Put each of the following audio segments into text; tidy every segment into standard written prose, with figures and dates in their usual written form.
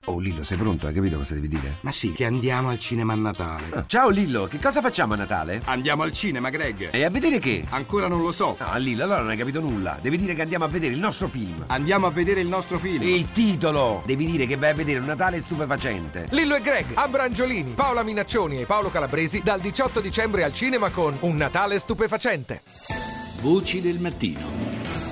Oh Lillo, sei pronto? Hai capito cosa devi dire? Ma sì, che andiamo al cinema a Natale. Ciao Lillo, che cosa facciamo a Natale? Andiamo al cinema, Greg. E a vedere che? Ancora non lo so. No, Lillo, allora non hai capito nulla. Devi dire che andiamo a vedere il nostro film. Andiamo a vedere il nostro film. Il titolo! Devi dire che vai a vedere un Natale stupefacente. Lillo e Greg, Abrangiolini, Paola Minaccioni e Paolo Calabresi dal 18 dicembre al cinema con Un Natale stupefacente. Voci del mattino.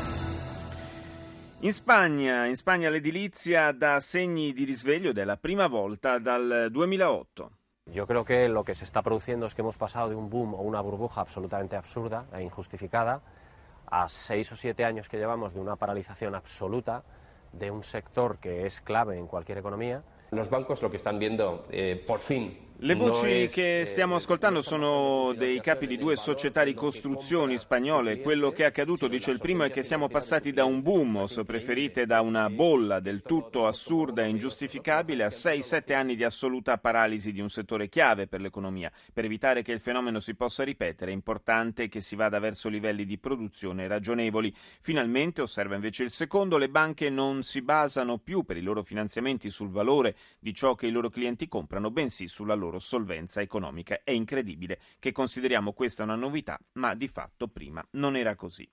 In Spagna l'edilizia dà segni di risveglio ed è la prima volta dal 2008. Yo creo que lo que se está produciendo es que hemos pasado de un boom o una burbuja absolutamente absurda e injustificada a 6 o 7 años que llevamos de una paralización absoluta de un sector que es clave en cualquier economía. Los bancos lo que están viendo, por fin. Le voci che stiamo ascoltando sono dei capi di due società di costruzioni spagnole. Quello che è accaduto, dice il primo, è che siamo passati da un boom, o se preferite da una bolla del tutto assurda e ingiustificabile, a 6-7 anni di assoluta paralisi di un settore chiave per l'economia. Per evitare che il fenomeno si possa ripetere è importante che si vada verso livelli di produzione ragionevoli. Finalmente, osserva invece il secondo, le banche non si basano più per i loro finanziamenti sul valore di ciò che i loro clienti comprano, bensì sulla loro solvenza economica. È incredibile che consideriamo questa una novità, ma di fatto prima non era così.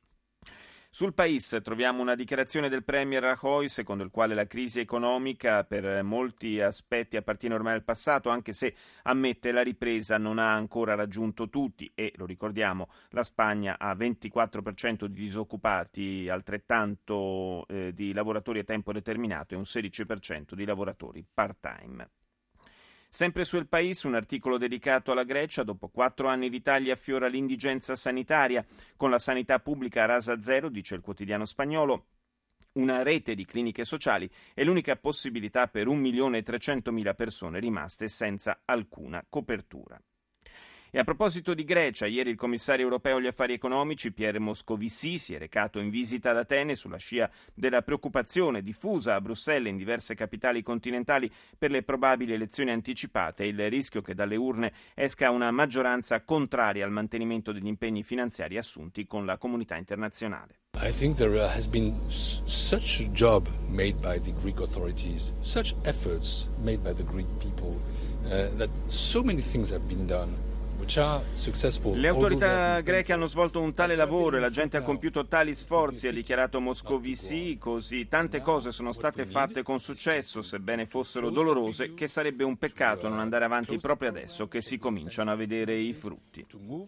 Sul País troviamo una dichiarazione del premier Rajoy secondo il quale la crisi economica per molti aspetti appartiene ormai al passato, anche se ammette la ripresa non ha ancora raggiunto tutti e, lo ricordiamo, la Spagna ha 24% di disoccupati, altrettanto di lavoratori a tempo determinato e un 16% di lavoratori part-time. Sempre su El País, un articolo dedicato alla Grecia. Dopo 4 anni d'Italia affiora l'indigenza sanitaria. Con la sanità pubblica a rasa zero, dice il quotidiano spagnolo, una rete di cliniche sociali è l'unica possibilità per 1.300.000 persone rimaste senza alcuna copertura. E a proposito di Grecia, ieri il commissario europeo agli affari economici Pierre Moscovici si è recato in visita ad Atene sulla scia della preoccupazione diffusa a Bruxelles e in diverse capitali continentali per le probabili elezioni anticipate e il rischio che dalle urne esca una maggioranza contraria al mantenimento degli impegni finanziari assunti con la comunità internazionale. I think there has been such a job made by the Greek authorities, such efforts made by the Greek people, that so many things have been done. Le autorità greche hanno svolto un tale lavoro e la gente ha compiuto tali sforzi, ha dichiarato Moscovici, così tante cose sono state fatte con successo, sebbene fossero dolorose, che sarebbe un peccato non andare avanti proprio adesso che si cominciano a vedere i frutti.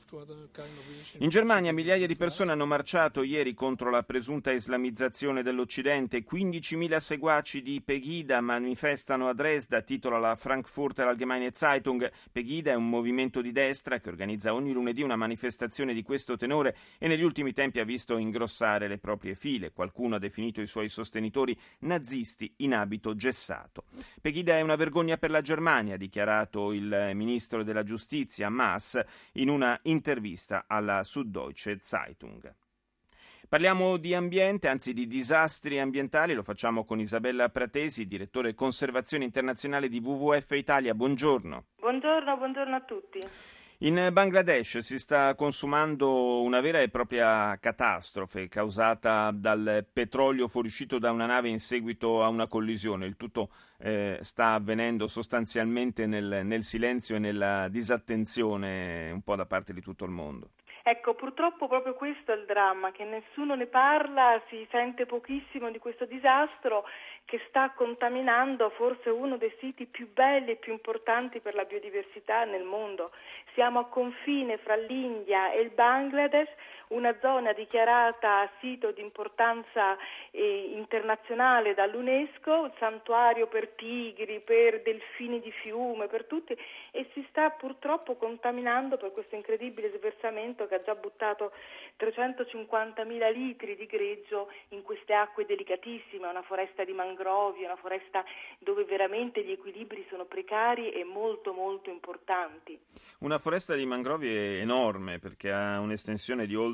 In Germania migliaia di persone hanno marciato ieri contro la presunta islamizzazione dell'Occidente. 15.000 seguaci di Pegida manifestano a Dresda, titola la Frankfurter Allgemeine Zeitung. Pegida è un movimento di destra che organizza ogni lunedì una manifestazione di questo tenore e negli ultimi tempi ha visto ingrossare le proprie file. Qualcuno ha definito i suoi sostenitori nazisti in abito gessato. Pegida è una vergogna per la Germania, ha dichiarato il ministro della giustizia Maas in una intervista alla Süddeutsche Zeitung. Parliamo di ambiente, anzi di disastri ambientali, lo facciamo con Isabella Pratesi, direttore conservazione internazionale di WWF Italia. Buongiorno. Buongiorno a tutti. In Bangladesh si sta consumando una vera e propria catastrofe causata dal petrolio fuoriuscito da una nave in seguito a una collisione. Il tutto sta avvenendo sostanzialmente nel silenzio e nella disattenzione un po' da parte di tutto il mondo. Ecco, purtroppo proprio questo è il dramma, che nessuno ne parla, si sente pochissimo di questo disastro che sta contaminando forse uno dei siti più belli e più importanti per la biodiversità nel mondo. Siamo a confine fra l'India e il Bangladesh, una zona dichiarata sito di importanza internazionale dall'UNESCO, santuario per tigri, per delfini di fiume, per tutti, e si sta purtroppo contaminando per questo incredibile sversamento che ha già buttato 350.000 litri di greggio in queste acque delicatissime, una foresta di mangrovi, una foresta dove veramente gli equilibri sono precari e molto molto importanti. Una foresta di mangrovi è enorme perché ha un'estensione di oltre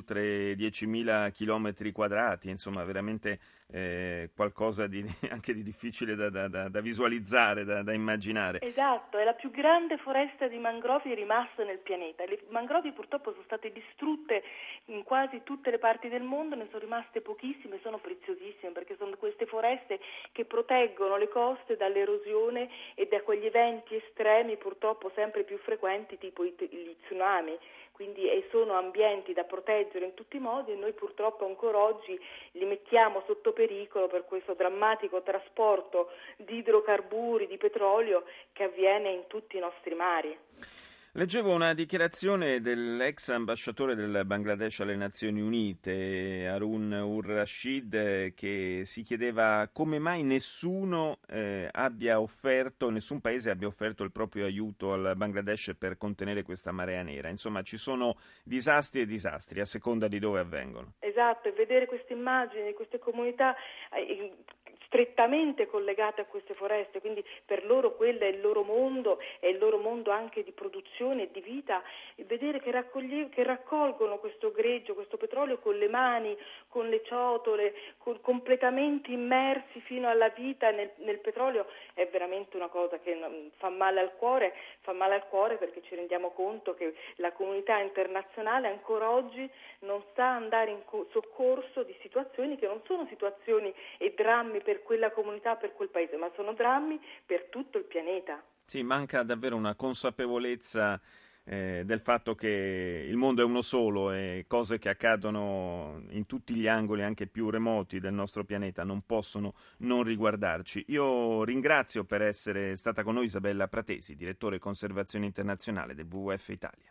oltre 10.000 chilometri quadrati, insomma veramente qualcosa anche di difficile da visualizzare, da immaginare. Esatto, è la più grande foresta di mangrovi rimasta nel pianeta. Le mangrovi purtroppo sono state distrutte in quasi tutte le parti del mondo, ne sono rimaste pochissime, sono preziosissime perché sono queste foreste che proteggono le coste dall'erosione e da quegli eventi estremi purtroppo sempre più frequenti tipo gli tsunami. Quindi sono ambienti da proteggere in tutti i modi e noi purtroppo ancora oggi li mettiamo sotto pericolo per questo drammatico trasporto di idrocarburi, di petrolio che avviene in tutti i nostri mari. Leggevo una dichiarazione dell'ex ambasciatore del Bangladesh alle Nazioni Unite, Harun ur-Rashid, che si chiedeva come mai nessun paese abbia offerto il proprio aiuto al Bangladesh per contenere questa marea nera. Insomma, ci sono disastri e disastri a seconda di dove avvengono. Esatto, e vedere queste immagini, queste comunità strettamente collegate a queste foreste, quindi per loro quello è il loro mondo, è il loro mondo anche di produzione e di vita, e vedere che raccolgono questo greggio, questo petrolio con le mani, con le ciotole, completamente immersi fino alla vita nel petrolio, è veramente una cosa che fa male al cuore perché ci rendiamo conto che la comunità internazionale ancora oggi non sa andare in soccorso di situazioni che non sono situazioni e drammi per quella comunità, per quel paese, ma sono drammi per tutto il pianeta. Sì, manca davvero una consapevolezza del fatto che il mondo è uno solo e cose che accadono in tutti gli angoli anche più remoti del nostro pianeta non possono non riguardarci. Io ringrazio per essere stata con noi Isabella Pratesi, direttore conservazione internazionale del WWF Italia.